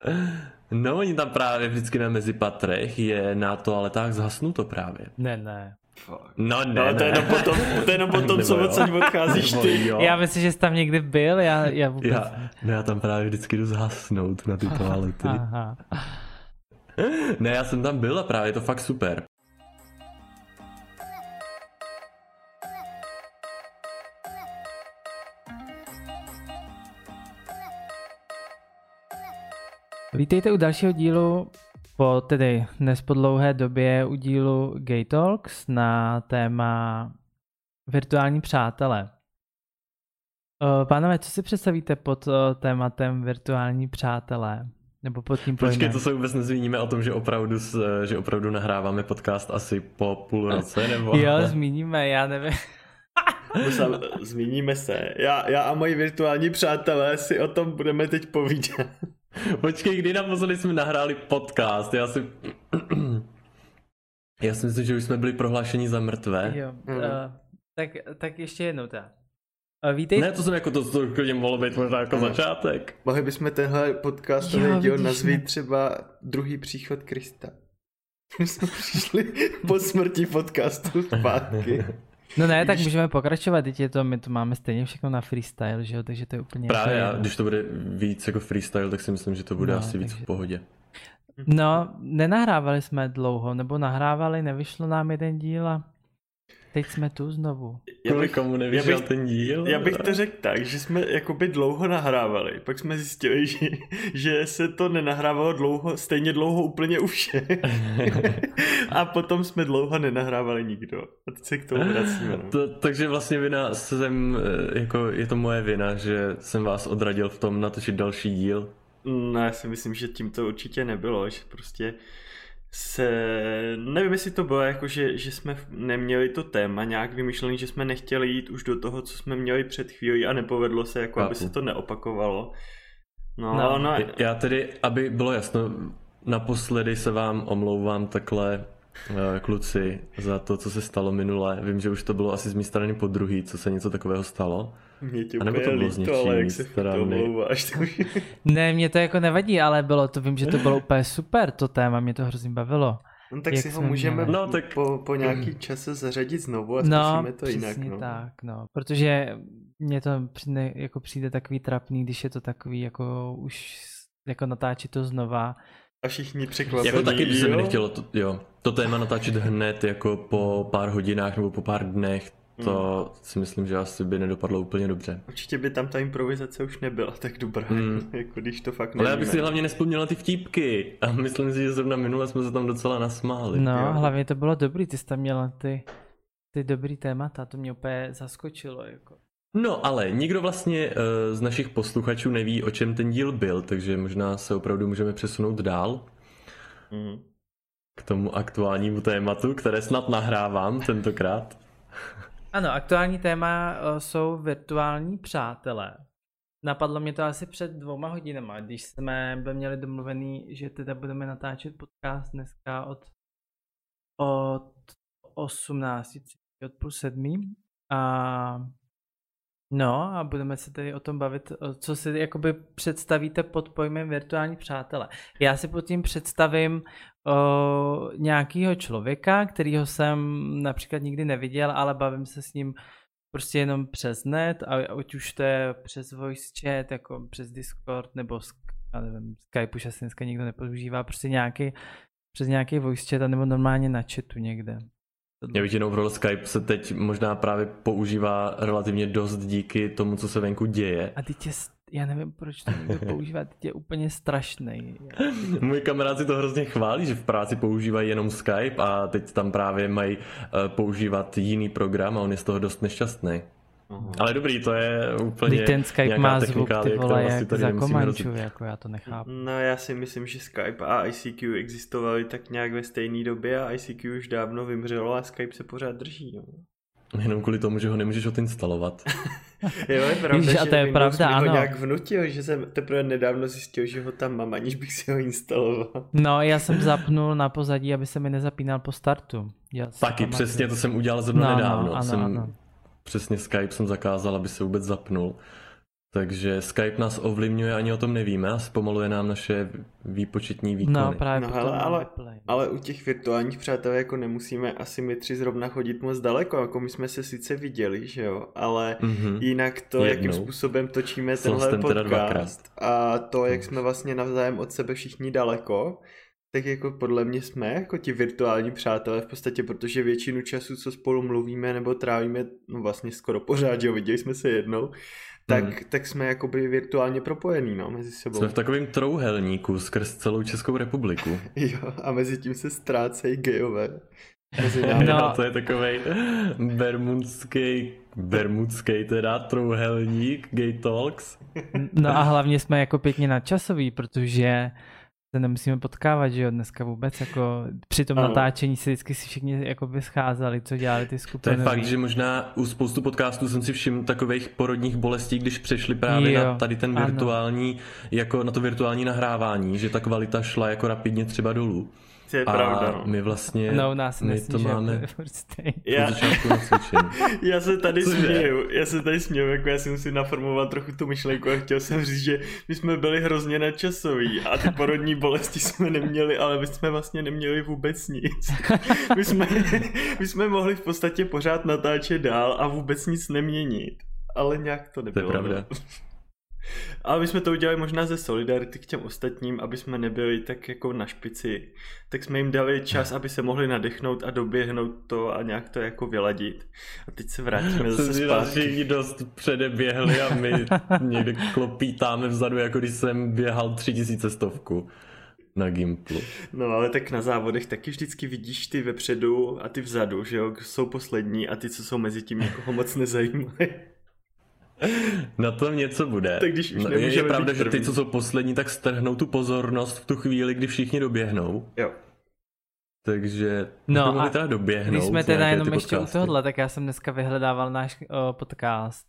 No, oni tam právě vždycky na mezipatrech je na toaletách zhasnuto právě. Ne. No ne, to je jenom potom, co odsaď odcházíš ty. Já myslím, že jsi tam někdy byl, já vůbec... Já tam právě vždycky jdu zhasnout na ty toalety. Aha. Ne, já jsem tam byl a právě je to fakt super. Vítejte u dalšího dílu, dnes po dlouhé době u dílu Gay Talks na téma virtuální přátelé. Pánové, co si představíte pod tématem virtuální přátelé? Nebo pod tím pojmem? Počkej, to se vůbec nezmíníme o tom, že opravdu nahráváme podcast asi po půl roce, nebo? Jo, zmíníme, já nevím. Zmíníme se. Já a moji virtuální přátelé si o tom budeme teď povídat. Počkej, kdy naposledy jsme nahráli podcast? Já si myslím, že už jsme byli prohlášeni za mrtvé. Jo, tak ještě jednou teda. Vítejte. Ne, to jsem jako to klidně mohlo být možná jako začátek. Mohli bychom tenhle podcastový díl nazvít třeba Druhý příchod Krista. Jsme přišli po smrti podcastu zpátky. No ne, tak můžeme pokračovat, teď my to máme stejně všechno na freestyle, že jo, takže to je úplně... Právě, když to bude víc jako freestyle, tak si myslím, že to bude asi víc v pohodě. No, nenahrávali jsme dlouho, nebo nahrávali, nevyšlo nám jeden díl a teď jsme tu znovu. Komu nevyšel ten díl? Já bych to řekl tak, že jsme jakoby dlouho nahrávali, pak jsme zjistili, že se to nenahrávalo stejně dlouho úplně u všech. A potom jsme dlouho nenahrávali nikdo. A teď se k tomu vracíme. Takže vlastně je to moje vina, že jsem vás odradil v tom natočit další díl. No, já si myslím, že tím to určitě nebylo, že prostě nevím, jestli to bylo jako, že jsme neměli to téma nějak vymyšlený, že jsme nechtěli jít už do toho, co jsme měli před chvílí a nepovedlo se, jako aby se to neopakovalo. No. Já tedy, aby bylo jasno, naposledy se vám omlouvám takhle, kluci, za to, co se stalo minule. Vím, že už to bylo asi z mé strany po druhý, co se něco takového stalo. Mě tě úplně líto, ale jak se to omlouváš. Ne, mě to jako nevadí, ale vím, že to bylo úplně super, to téma, mě to hrozně bavilo. No tak si ho můžeme po nějaký čase zařadit znovu a zkusíme to jinak. No, tak, protože mně to přijde takový trapný, když je to takový, jako už jako natáčet to znova. A všichni překvapení. Jako taky by se mi nechtělo to téma natáčet hned jako po pár hodinách nebo po pár dnech. To si myslím, že asi by nedopadlo úplně dobře. Určitě by tam ta improvizace už nebyla tak dobrá, jako když to fakt nevíme. Ale já bych si hlavně nespomněl na ty vtípky a myslím si, že zrovna minule jsme se tam docela nasmáli. No, jo. Hlavně to bylo dobrý, ty jsi tam měla ty dobrý témata, to mě úplně zaskočilo. Jako. No, ale nikdo vlastně z našich posluchačů neví, o čem ten díl byl, takže možná se opravdu můžeme přesunout dál k tomu aktuálnímu tématu, které snad nahrávám tentokrát. Ano, aktuální téma jsou virtuální přátelé. Napadlo mě to asi před 2 hodinama, když jsme měli domluvený, že teda budeme natáčet podcast dneska od 18:30, od 6:30. A budeme se tedy o tom bavit, co si jakoby představíte pod pojmem virtuální přátelé. Já si pod tím představím nějakého člověka, kterýho jsem například nikdy neviděl, ale bavím se s ním prostě jenom přes net, a ať už to je přes voice chat, jako přes Discord, nebo já nevím, Skype už asi dneska nikdo nepoužívá, prostě přes nějaký voice chat, nebo normálně na chatu někde. Já většinou v roli Skype se teď možná právě používá relativně dost díky tomu, co se venku děje. A teď já nevím, proč to někdo používá, teď je úplně strašný. Můj kamarád si to hrozně chválí, že v práci používají jenom Skype a teď tam právě mají používat jiný program a on je z toho dost nešťastný. Ale dobrý, to je úplně ten Skype má zvuk, ty vole, jak za Komančů, jako já to nechápu. No, já si myslím, že Skype a ICQ existovaly tak nějak ve stejné době a ICQ už dávno vymřelo a Skype se pořád drží. Jenom kvůli tomu, že ho nemůžeš odinstalovat. Jo, je pravda, že to je pravda, mi ano. Ho nějak vnutil, že jsem teprve nedávno zjistil, že ho tam mám, aniž bych si ho instaloval. No, já jsem zapnul na pozadí, aby se mi nezapínal po startu. Taky přesně, to jsem udělal zrovna nedávno. Přesně Skype jsem zakázal, aby se vůbec zapnul. Takže Skype nás ovlivňuje, ani o tom nevíme a zpomaluje nám naše výpočetní výkony. No, právě ale u těch virtuálních přátel jako nemusíme asi my tři zrovna chodit moc daleko, jako my jsme se sice viděli, že jo, ale jinak to, jakým způsobem točíme tenhle podcast a to, jak jsme vlastně navzájem od sebe všichni daleko, tak jako podle mě jsme jako ti virtuální přátelé v podstatě, protože většinu času, co spolu mluvíme nebo trávíme, no vlastně skoro pořád, že jo, viděli jsme se jednou, tak jsme jakoby virtuálně propojení, no, mezi sebou. Jsme v takovém trouhelníku skrz celou Českou republiku. Jo, a mezi tím se ztrácejí gejové. No, to je takovej bermudský teda trouhelník, gay talks. No a hlavně jsme jako pěkně nadčasoví, protože se nemusíme potkávat, že jo, dneska vůbec, jako při tom natáčení si vždycky si všichni jako scházeli, co dělali ty skupiny. To je fakt, že možná u spoustu podcastů jsem si všiml takových porodních bolestí, když přešli právě na tady ten virtuální, jako na to virtuální nahrávání, že ta kvalita šla jako rapidně třeba dolů. To je pravda, no. My vlastně, nás my to máme Já se tady směju, jako já si musím naformulovat trochu tu myšlenku a chtěl jsem říct, že my jsme byli hrozně nadčasoví a ty porodní bolesti jsme neměli, ale my jsme vlastně neměli vůbec nic. My jsme mohli v podstatě pořád natáčet dál a vůbec nic neměnit, ale nějak to nebylo. To je pravda. Ale my jsme to udělali možná ze solidarity k těm ostatním, aby jsme nebyli tak jako na špici. Tak jsme jim dali čas, aby se mohli nadechnout a doběhnout to a nějak to jako vyladit. A teď se vrátíme zase zpátky. Všichni dost předeběhli a my někde klopítáme vzadu, jako když jsem běhal 3000 stovku na Gimplu. No ale tak na závodech taky vždycky vidíš ty vepředu a ty vzadu, že jo, jsou poslední a ty, co jsou mezi tím, někoho moc nezajímají. Na tom něco bude. Tak když už je pravda, že ty, co jsou poslední, tak strhnou tu pozornost v tu chvíli, kdy všichni doběhnou. Jo. Takže no a teda doběhnout. Když jsme teda jenom ještě u tohohle, tak já jsem dneska vyhledával náš podcast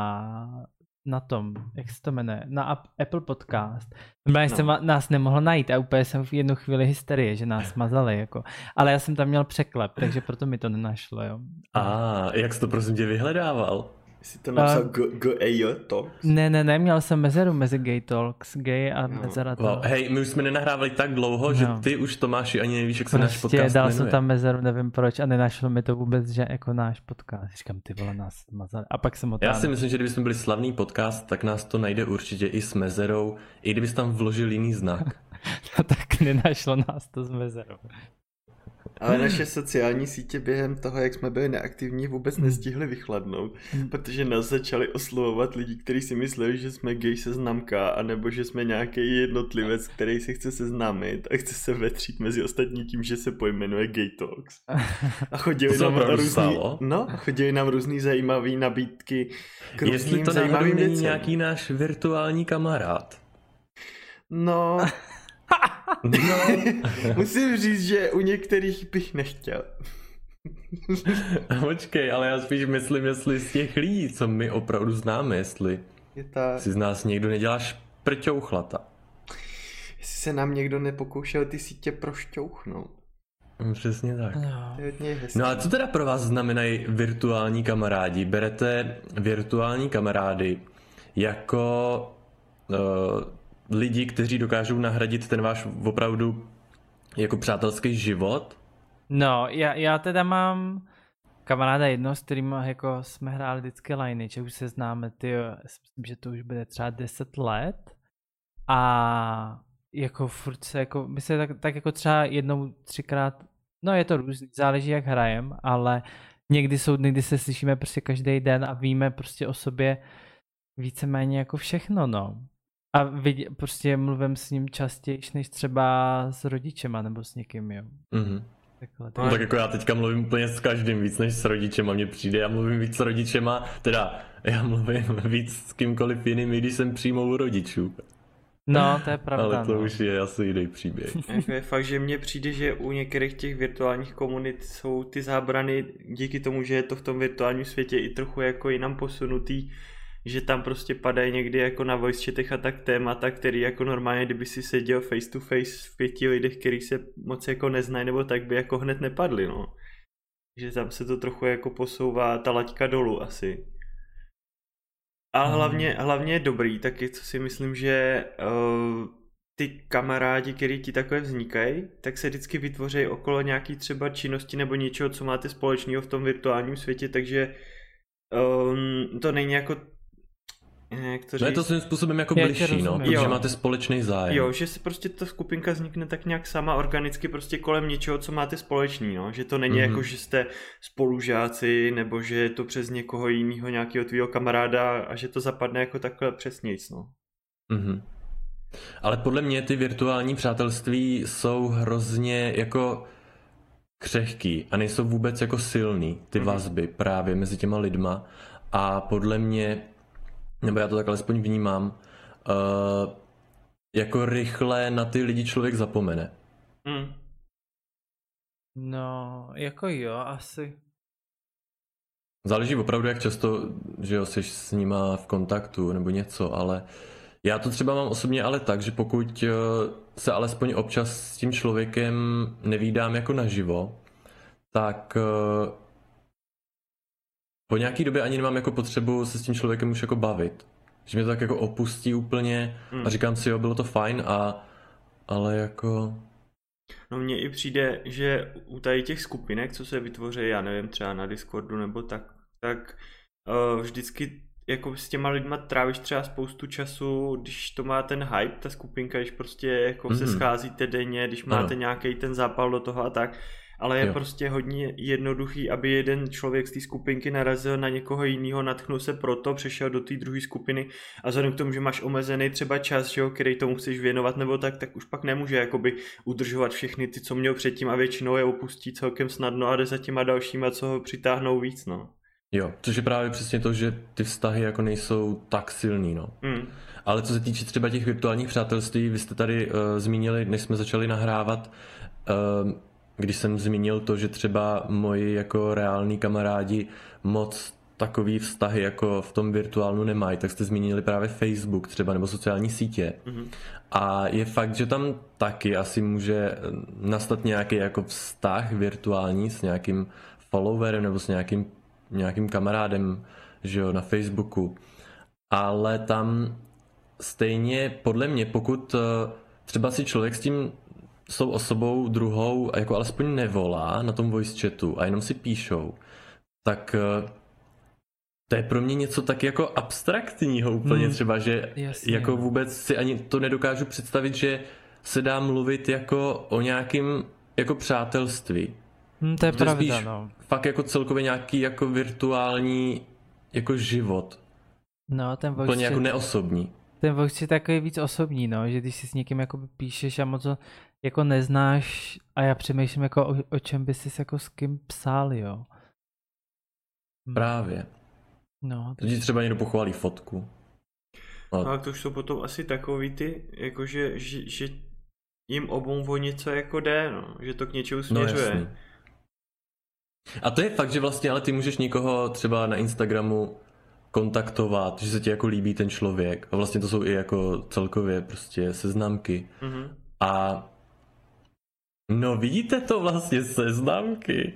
na tom, jak se to jmenuje, na Apple Podcast. Jsem nás nemohl najít a úplně jsem v jednu chvíli hysterie, že nás mazali, jako. Ale já jsem tam měl překlep, takže proto mi to nenašlo, jo. Jak jsi to prosím tě vyhledával? Jsi to napsal Gay Talks? Ne, měl jsem mezeru mezi Gay Talks, Gay a mezera Talks. Hej, my už jsme nenahrávali tak dlouho, že ty už Tomáši ani nevíš, jak se náš podcast dal jmenuje. jsem tam mezeru, nevím proč a nenašlo mi to vůbec, že jako náš podcast. Říkám, ty vole, nás mazali. A pak jsem Já si myslím, že kdybychom byli slavný podcast, tak nás to najde určitě i s mezerou, i kdybys tam vložil jiný znak. No tak nenašlo nás to s mezerou. Ale naše sociální sítě během toho, jak jsme byli neaktivní, vůbec nestihli vychladnout, protože nás začali oslovovat lidi, kteří si mysleli, že jsme gay seznamka, anebo že jsme nějaký jednotlivec, který si chce seznámit a chce se vetřít mezi ostatní tím, že se pojmenuje Gay Talks. A chodili nám různý zajímavý nabídky k různým zajímavým věcem. Jestli to nějaký náš virtuální kamarád. No, musím říct, že u některých bych nechtěl. Počkej, ale já spíš myslím, jestli z těch lidí, co my opravdu známe, jestli si z nás někdo nedělá šprťouchlata. Jestli se nám někdo nepokoušel ty sítě prošťouchnout. Přesně tak. No a co teda pro vás znamenají virtuální kamarádi? Berete virtuální kamarády jako lidi, kteří dokážou nahradit ten váš opravdu jako přátelský život? No, já teda mám kamaráda jednoho, s kterým jako jsme hráli vždycky Lineage, už se známe, myslím, že to už bude třeba 10 let a jako furt se jako, my se tak jako třeba jednou, 3krát, no je to různý, záleží jak hrajem, ale někdy jsou dny, kdy se slyšíme prostě každý den a víme prostě o sobě víceméně jako všechno, no. A prostě mluvím s ním častěji, než třeba s rodičema nebo s někým, jo. Mm-hmm. No, tak jako já teďka mluvím úplně s každým víc než s rodičema, mně přijde, já mluvím víc s rodičema, teda já mluvím víc s kýmkoliv jiným, když jsem přímo u rodičů. No, to je pravda. Ale to už je asi jiný příběh. Je fakt, že mně přijde, že u některých těch virtuálních komunit jsou ty zábrany díky tomu, že je to v tom virtuálním světě i trochu jako jinam posunutý, že tam prostě padají někdy jako na voice chatech a tak témata, který jako normálně, kdyby si seděl face to face v 5 lidech, který se moc jako neznají, nebo tak by jako hned nepadli, no. Že tam se to trochu jako posouvá ta laťka dolů asi. A hlavně je dobrý, taky co si myslím, že ty kamarádi, který ti takové vznikají, tak se vždycky vytvoří okolo nějaký třeba činnosti nebo něčeho, co máte společného v tom virtuálním světě, takže to není jako jak to říct? No je to svým způsobem jako bližší, no, protože máte společný zájem. Jo, že se prostě ta skupinka vznikne tak nějak sama organicky prostě kolem něčeho, co máte společný, no, že to není jako, že jste spolužáci, nebo že je to přes někoho jiného, nějakého tvýho kamaráda a že to zapadne jako takhle přesnějc, no. Ale podle mě ty virtuální přátelství jsou hrozně jako křehký a nejsou vůbec jako silný, ty vazby právě mezi těma lidma a podle mě, nebo já to tak alespoň vnímám, jako rychle na ty lidi člověk zapomene. No, jako jo, asi. Záleží opravdu, jak často, že jo, jsi s nima v kontaktu nebo něco, ale já to třeba mám osobně ale tak, že pokud se alespoň občas s tím člověkem nevídám jako naživo, tak po nějaký době ani nemám jako potřebu se s tím člověkem už jako bavit. Že mě to tak jako opustí úplně a říkám si, jo, bylo to fajn, ale jako... No mně i přijde, že u tady těch skupinek, co se vytvoří, já nevím, třeba na Discordu nebo tak vždycky jako s těma lidma trávíš třeba spoustu času, když to má ten hype, ta skupinka, když prostě jako se scházíte denně, když máte nějaký ten zápal do toho a tak, ale je prostě hodně jednoduchý, aby jeden člověk z té skupinky narazil na někoho jiného, natchnul se proto, přešel do té druhé skupiny a vzhledem k tomu, že máš omezený třeba čas, že jo, který tomu chceš věnovat nebo tak už pak nemůže jakoby udržovat všechny ty, co měl předtím a většinou je opustí celkem snadno a jde za těma dalšíma, co ho přitáhnou víc, no. Jo, což je právě přesně to, že ty vztahy jako nejsou tak silný, no. Ale co se týče třeba těch virtuálních přátelství, vy jste tady zmínili, než jsme začali nahrávat, když jsem zmínil to, že třeba moji jako reální kamarádi moc takový vztahy jako v tom virtuálnu nemají, tak jste zmínili právě Facebook třeba nebo sociální sítě. A je fakt, že tam taky asi může nastat nějaký jako vztah virtuální s nějakým followerem nebo s nějakým kamarádem, že jo, na Facebooku. Ale tam stejně podle mě, pokud třeba si člověk s tím s tou osobou druhou jako alespoň nevolá na tom voice chatu a jenom si píšou, tak to je pro mě něco tak jako abstraktního úplně třeba, že jasně, jako vůbec si ani to nedokážu představit, že se dá mluvit jako o nějakým jako přátelství. To je pravda, no. Fakt jako celkově nějaký jako virtuální jako život. No, ten voice úplně jako neosobní. Ten voice je takový víc osobní, no, že když si s někým jako píšeš a moc jako neznáš a já přemýšlím jako o čem by jsi jako s kým psal, jo. Právě. No. Teď třeba někdo pochválí fotku. No, to už jsou potom asi takový ty, jakože, že jim obou o něco jako jde, no, že to k něčemu směřuje. No, a to je fakt, že vlastně ale ty můžeš někoho třeba na Instagramu kontaktovat, že se ti jako líbí ten člověk a vlastně to jsou i jako celkově prostě seznamky. A no vidíte to vlastně seznamky.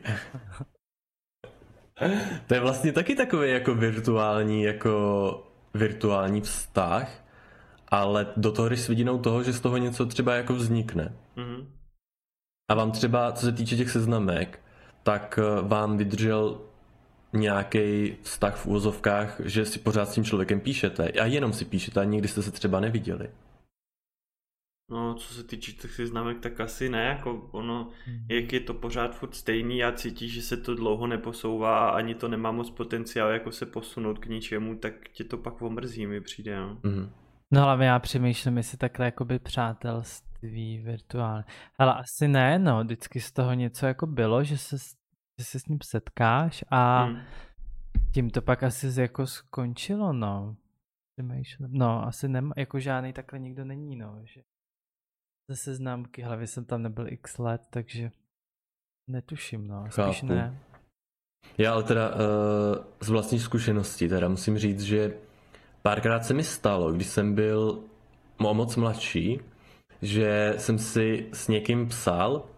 To je vlastně taky takový jako virtuální vztah, ale do toho jdeš s vidinou toho, že z toho něco třeba jako vznikne. A vám třeba, co se týče těch seznamek, tak vám vydržel nějaký vztah v úvozovkách, že si pořád s tím člověkem píšete a jenom si píšete a nikdy jste se třeba neviděli. No, co se týče těch seznamek, tak asi ne, jako ono, jak je to pořád furt stejný, já cítím, že se to dlouho neposouvá, ani to nemá moc potenciál jako se posunout k ničemu, tak tě to pak omrzí, mi přijde, no. No hlavně já přemýšlím, jestli takhle jakoby přátelství virtuálně. Ale asi ne, no, vždycky z toho něco jako bylo, že se s ním setkáš a tím to pak asi jako skončilo, no. Přemýšlím. No, asi jako žádný takhle nikdo není, no, že ze seznamky, hlavně jsem tam nebyl x let, takže netuším, no, spíš Chápu. ne. Já ale teda z vlastní zkušenosti teda musím říct, že párkrát se mi stalo, když jsem byl moc mladší, že jsem si s někým psal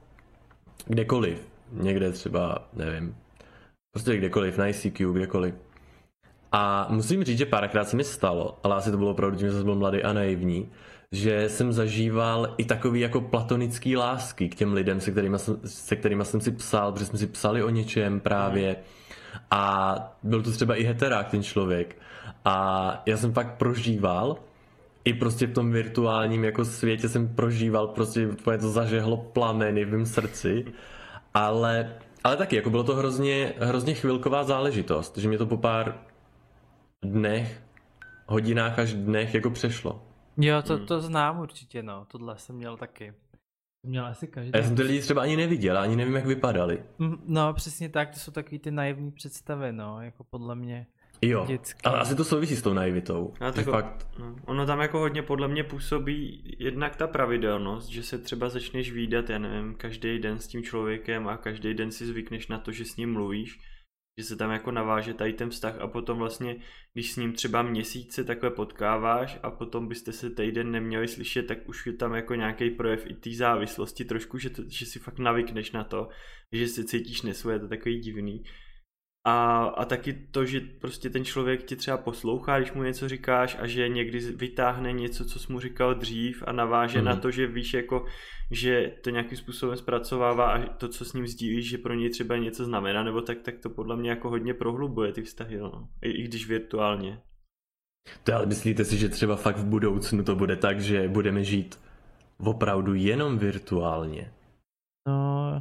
kdekoliv, někde třeba, nevím, prostě kdekoliv, na ICQ, kdekoliv. A musím říct, že párkrát se mi stalo, ale asi to bylo opravdu tím, že jsem byl mladý a naivní, že jsem zažíval i takový jako platonický lásky k těm lidem, se kterýma jsem si psal, protože jsme si psali o něčem právě. A byl to třeba i heterák ten člověk. A já jsem fakt prožíval, i prostě v tom virtuálním jako světě jsem prožíval, prostě to zažehlo plameny v mém srdci. Ale taky, jako bylo to hrozně chvilková záležitost, že mě to po pár dnech, hodinách až dnech jako přešlo. Jo, to znám určitě, no, tohle jsem měl taky. Měl asi každý. Já jsem ty lidi třeba ani neviděl, ani nevím, jak vypadali. No, přesně tak, to jsou takový ty naivní představy, no, jako podle mě. Jo, dětský. Ale asi to souvisí s tou naivitou. Ono tam jako hodně podle mě působí jednak ta pravidelnost, že se třeba začneš vídat, já nevím, každý den s tím člověkem a každý den si zvykneš na to, že s ním mluvíš, že se tam jako naváže tady ten vztah a potom vlastně, když s ním třeba měsíce takhle potkáváš a potom byste se týden neměli slyšet, tak už je tam jako nějaký projev i té závislosti trošku, že si fakt navykneš na to, že se cítíš nesvoje, je to takový divný. A taky to, že prostě ten člověk ti třeba poslouchá, když mu něco říkáš a že někdy vytáhne něco, co jsi mu říkal dřív a naváže na to, že víš jako, že to nějakým způsobem zpracovává a to, co s ním sdílíš, že pro něj třeba něco znamená, nebo tak to podle mě jako hodně prohlubuje ty vztahy, no. I když virtuálně. To ale myslíte si, že třeba fakt v budoucnu to bude tak, že budeme žít opravdu jenom virtuálně? No...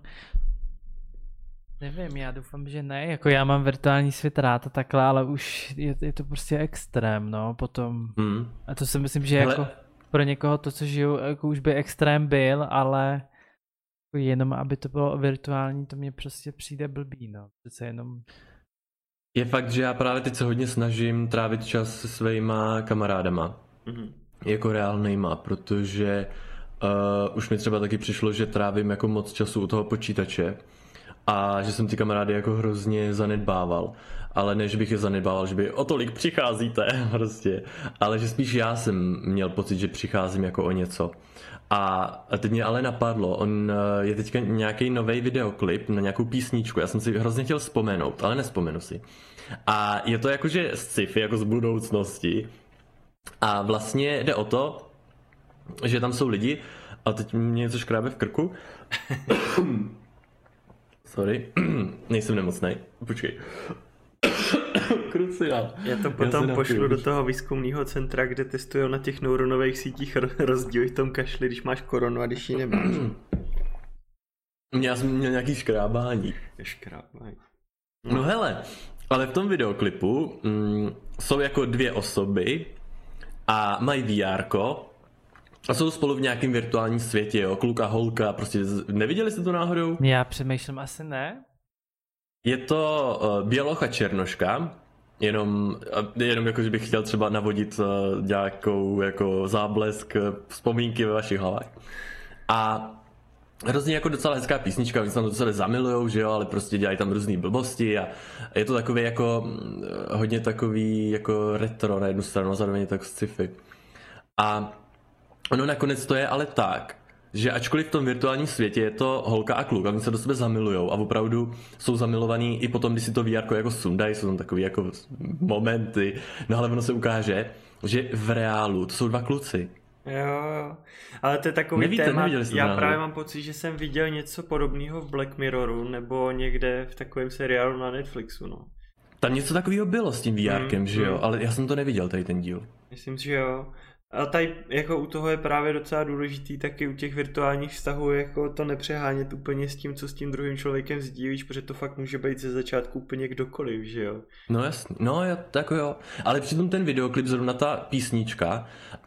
Nevím, já doufám, že ne, jako já mám virtuální svět rád a takhle, ale už je to prostě extrém, no, potom, a to si myslím, že jako pro někoho to, co žiju, jako už by extrém byl, ale jako jenom aby to bylo virtuální, to mě prostě přijde blbý, no, přece jenom. Je fakt, že já právě teď se hodně snažím trávit čas se svýma kamarádama, jako reálnejma, protože už mi třeba taky přišlo, že trávím jako moc času u toho počítače, a že jsem ty kamarády jako hrozně zanedbával. Ale ne, že bych je zanedbával, že by o tolik přicházíte prostě. Ale že spíš já jsem měl pocit, že přicházím jako o něco. A teď mě ale napadlo, je teďka nějaký nový videoklip na nějakou písničku. Já jsem si hrozně chtěl vzpomenout, ale nespomenu si. A je to jakože sci-fi, jako z budoucnosti. A vlastně jde o to, že tam jsou lidi, a teď mě něco škrábe v krku. Sorry, nejsem nemocnej. Počkej. Krucinál. Já to potom pošlu do toho výzkumného centra, kde testují na těch neuronových sítích rozdíly v tom kašli, když máš koronu a když ji nemáš. Já jsem měl nějaký škrábání. Škrábání. No hele, ale v tom videoklipu jsou jako dvě osoby a mají VRko a jsou spolu v nějakém virtuálním světě, jo, kluk a holka, prostě neviděli jste to náhodou? Já přemýšlím, asi ne. Je to běloch a černoška, jenom jako, že bych chtěl třeba navodit nějakou jako záblesk vzpomínky ve vašich hlavách. A hrozně jako docela hezká písnička, oni se tam do sebe zamilujou, že jo, ale prostě dělají tam různý blbosti a je to takový jako hodně takový jako retro na jednu stranu, zároveň tak sci-fi. A ono nakonec to je ale tak, že ačkoliv v tom virtuálním světě je to holka a kluk a oni se do sebe zamilujou a opravdu jsou zamilovaní i potom, když si to VR jako sundají, jsou tam takový jako momenty, no ale ono se ukáže, že v reálu to jsou dva kluci. Jo, ale to je takový téma, já právě mám pocit, že jsem viděl něco podobného v Black Mirroru nebo někde v takovém seriálu na Netflixu, no. Tam něco takového bylo s tím VRkem, že jo, ale já jsem to neviděl, tady ten díl. Myslím, že jo. A tady jako u toho je právě docela důležitý taky u těch virtuálních vztahů jako to nepřehánět úplně s tím, co s tím druhým člověkem sdílíš, protože to fakt může být ze začátku úplně kdokoliv, že jo? No jasně, no tak jo, ale přitom ten videoklip, zrovna ta písnička,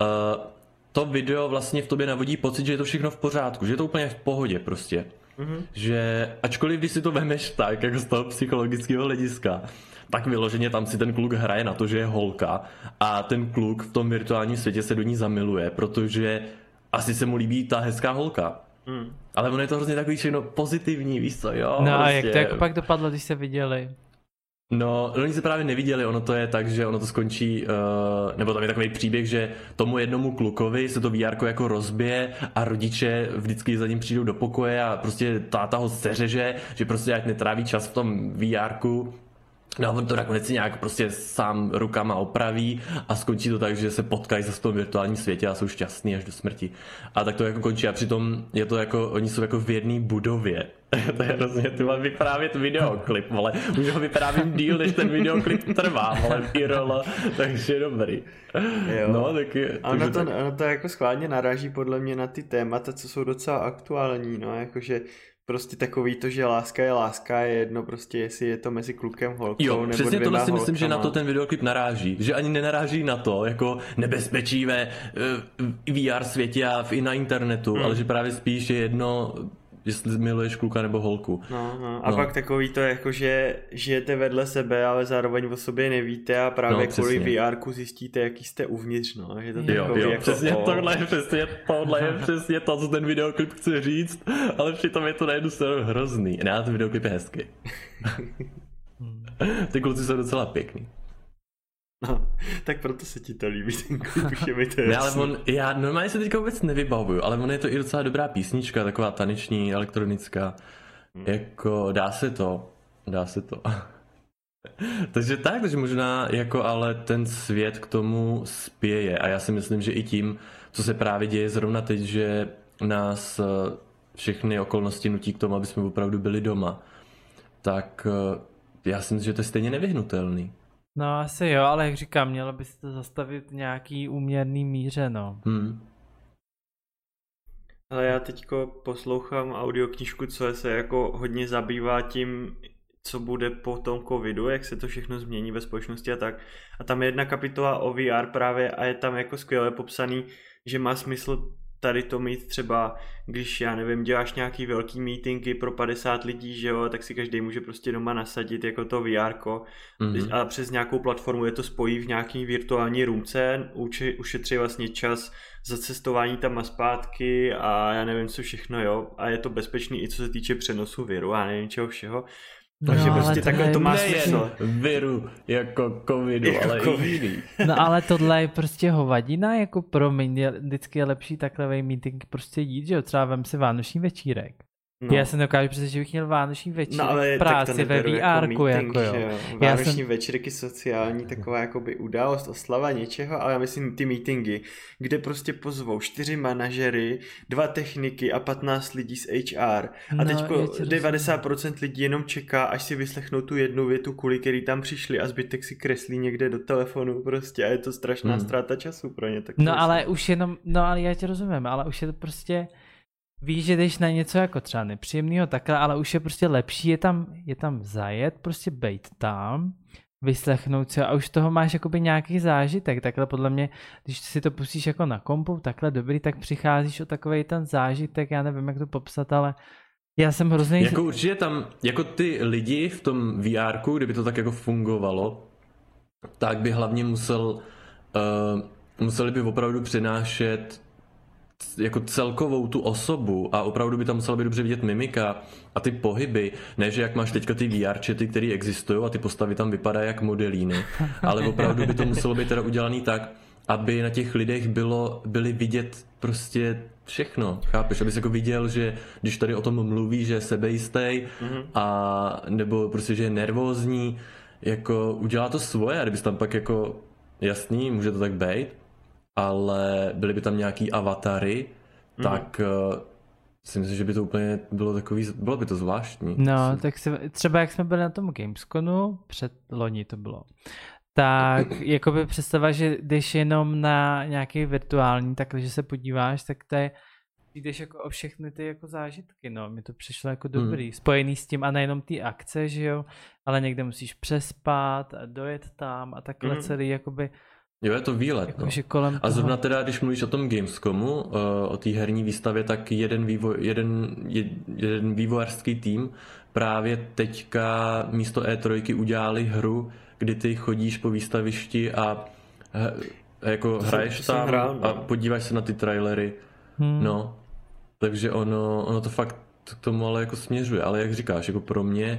to video vlastně v tobě navodí pocit, že je to všechno v pořádku, že je to úplně v pohodě prostě. Že ačkoliv když si to vemeš tak, jako z toho psychologického hlediska, tak vyloženě tam si ten kluk hraje na to, že je holka a ten kluk v tom virtuálním světě se do ní zamiluje, protože asi se mu líbí ta hezká holka. Ale ono je to hrozně takový všechno pozitivní, víš co, jo? No a jak to jako pak dopadlo, když se viděli? No, oni se právě neviděli, ono to je tak, že ono to skončí, nebo tam je takový příběh, že tomu jednomu klukovi se to VR jako rozbije a rodiče vždycky za ním přijdou do pokoje a prostě táta ho seřeže, že prostě ať netráví čas v tom VRku No a on to nakonec si nějak prostě sám rukama opraví a skončí to tak, že se potkají zase v tom virtuálním světě a jsou šťastní až do smrti. A tak to jako končí a přitom je to jako, oni jsou jako v jedné budově. To je hrozně, ty mám vyprávět videoklip, ale už ho vyprávím díl, než ten videoklip trvá, ale IRL, takže je dobrý. Jo. No, tak je, ono to jako schválně naráží podle mě na ty témata, co jsou docela aktuální, no, jakože prostě takový to, že láska je jedno prostě, jestli je to mezi klukem, holkou, jo, nebo přesně tohle si myslím, že na to holkama. ten videoklip naráží, že ani nenaráží na to, jako nebezpečí ve VR světě a i na internetu, ale že právě spíš je jedno, jestli miluješ kluka nebo holku. No. A pak takový to jako, že žijete vedle sebe, ale zároveň o sobě nevíte a právě kvůli VR-ku zjistíte, jaký jste uvnitř, no. Že to jo, jako, přesně tohle je přesně to, co ten videoklip chce říct, ale přitom je to na jednu stranu hrozný. Ne, ten videoklip je hezký. Ty kluci jsou docela pěkný. No, tak proto se ti to líbí, ten klip, už je mi to jasný. Ne, ale já normálně se teďka vůbec nevybavuju, ale on je to i docela dobrá písnička, taková taneční, elektronická. Jako dá se to. takže možná jako ale ten svět k tomu spěje a já si myslím, že i tím, co se právě děje zrovna teď, že nás všechny okolnosti nutí k tomu, aby jsme opravdu byli doma, tak já si myslím, že to je stejně nevyhnutelný. No asi jo, ale jak říkám, mělo by se to zastavit nějaký úměrný míře, no. Ale já teďko poslouchám audioknížku, co se jako hodně zabývá tím, co bude po tom covidu, jak se to všechno změní ve společnosti a tak. A tam je jedna kapitola o VR právě a je tam jako skvěle popsaný, že má smysl tady to mít třeba, když já nevím, děláš nějaký velký meetingy pro 50 lidí, že jo, tak si každý může prostě doma nasadit jako to VR-ko a přes nějakou platformu je to spojí v nějaký virtuální roomce, ušetří vlastně čas za cestování tam a zpátky a já nevím co všechno, jo, a je to bezpečný i co se týče přenosu viru a nevím čeho všeho. Takže No, prostě takhle to má smysl. Viru jako covidu, jako ale i jiný. No ale tohle je prostě hovadina, jako promiň, vždycky je lepší takovej meeting prostě jít, že jo, třeba vem si vánoční večírek. No. Já se nedokážu představit, že bych měl vánoční večírek v práci ve VR-ku, jako jo. Vánoční večírky sociální, taková jakoby událost, oslava něčeho, ale já myslím ty meetingy, kde prostě pozvou 4 manažery, 2 techniky a 15 lidí z HR. A teďko 90% lidí jenom čeká, až si vyslechnou tu jednu větu, kvůli který tam přišli a zbytek si kreslí někde do telefonu prostě a je to strašná ztráta času pro ně. Tak no ale už jenom, no ale já tě rozumím, ale už je to prostě... Víš, že jdeš na něco jako třeba nepříjemného takhle, ale už je prostě lepší je tam zajet, prostě bejt tam, vyslechnout si a už toho máš jakoby nějaký zážitek. Takhle podle mě, když si to pustíš jako na kompu, takhle dobrý, tak přicházíš o takovej ten zážitek, já nevím, jak to popsat, ale já jsem hrozný... Jako určitě tam, jako ty lidi v tom VRku, kdyby to tak jako fungovalo, tak by hlavně museli by opravdu přenášet jako celkovou tu osobu a opravdu by tam musela být dobře vidět mimika a ty pohyby, ne že jak máš teďka ty VR chaty, které existují a ty postavy tam vypadají jak modelíny, ale opravdu by to muselo být teda udělaný tak, aby na těch lidech byly vidět prostě všechno, chápeš, aby se jako viděl, že když tady o tom mluví, že je sebejistý a nebo prostě, že je nervózní, jako udělá to svoje a kdybys tam pak jako jasný, může to tak být, ale byly by tam nějaký avatary, tak si myslím, že by to úplně bylo by to zvláštní. No, tak třeba jak jsme byli na tom Gamesconu, před loni to bylo, tak jakoby představa, že jdeš jenom na nějaký virtuální, takže se podíváš, tak to je, jdeš jako o všechny ty jako zážitky, no, mi to přišlo jako dobrý, spojený s tím a nejenom ty akce, že jo, ale někde musíš přespat a dojet tam a takhle celý jakoby. Jo, je to výlet, jako, no. A zrovna teda, když mluvíš o tom Gamescomu, o té herní výstavě, tak jeden vývojářský tým právě teďka místo E3 udělali hru, kdy ty chodíš po výstavišti a jako hraješ tam a podíváš se na ty trailery. No, takže ono to fakt k tomu ale jako směřuje, ale jak říkáš, jako pro mě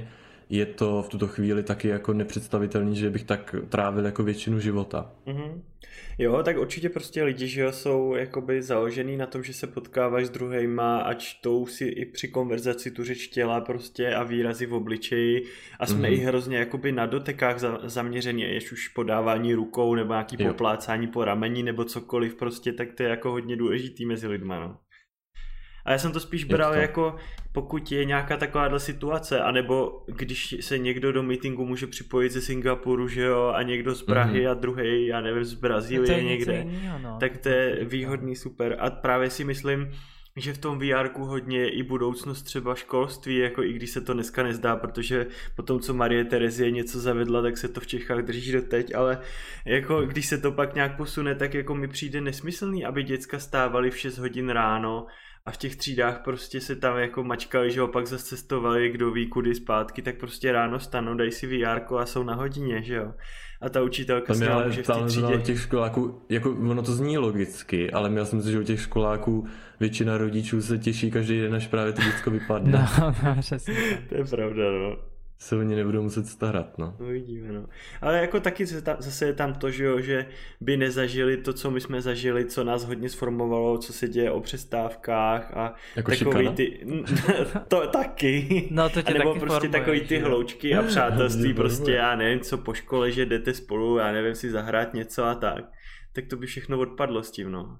je to v tuto chvíli taky jako nepředstavitelný, že bych tak trávil jako většinu života. Jo, tak určitě prostě lidi, že jo, jsou jakoby založený na tom, že se potkáváš s druhejma a čtou si i při konverzaci tu řeč těla prostě a výrazy v obličeji a jsme i hrozně jakoby na dotekách zaměřený, jež už podávání rukou nebo nějaký poplácání po rameni nebo cokoliv prostě, tak to je jako hodně důležitý mezi lidma, no. A já jsem to spíš bral jako, pokud je nějaká takováhle situace, anebo když se někdo do meetingu může připojit ze Singapuru, že jo, a někdo z Prahy a druhý, já nevím, z Brazílie někde, jinýho, no. tak to je výhodný, super. A právě si myslím, že v tom VR-ku hodně je i budoucnost třeba školství, jako i když se to dneska nezdá, protože po tom, co Marie Terezie něco zavedla, tak se to v Čechách drží doteď, ale jako když se to pak nějak posune, tak jako mi přijde nesmyslný, aby děcka stávaly v 6 hodin ráno a v těch třídách prostě se tam jako mačkali, že opak zase cestovali, kdo ví kudy zpátky, tak prostě ráno stanou, dají si VR a jsou na hodině, že jo. A ta učitelka se vám může v té třídě... těch školáků, jako ono to zní logicky, ale já si myslím, že u těch školáků většina rodičů se těší každý den, až právě to děcko vypadne. No, přesně. To je pravda, no. Se oni nebudou muset starat, no. Uvidíme, no. Ale jako taky zase je tam to, že jo, že by nezažili to, co my jsme zažili, co nás hodně sformovalo, co se děje o přestávkách a jako takový šikana? ty... To taky. No, to tě a nebo taky prostě formuje, takový ty hloučky a přátelství, prostě já nevím, co po škole, že jdete spolu, já nevím, si zahrát něco a tak. Tak to by všechno odpadlo s tím, no.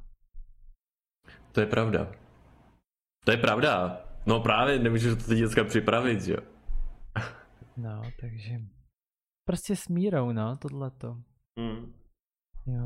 To je pravda. To je pravda. No právě nemůžeš to ty děcka připravit, že jo. No, takže prostě s mírou, no, tohleto. Jo.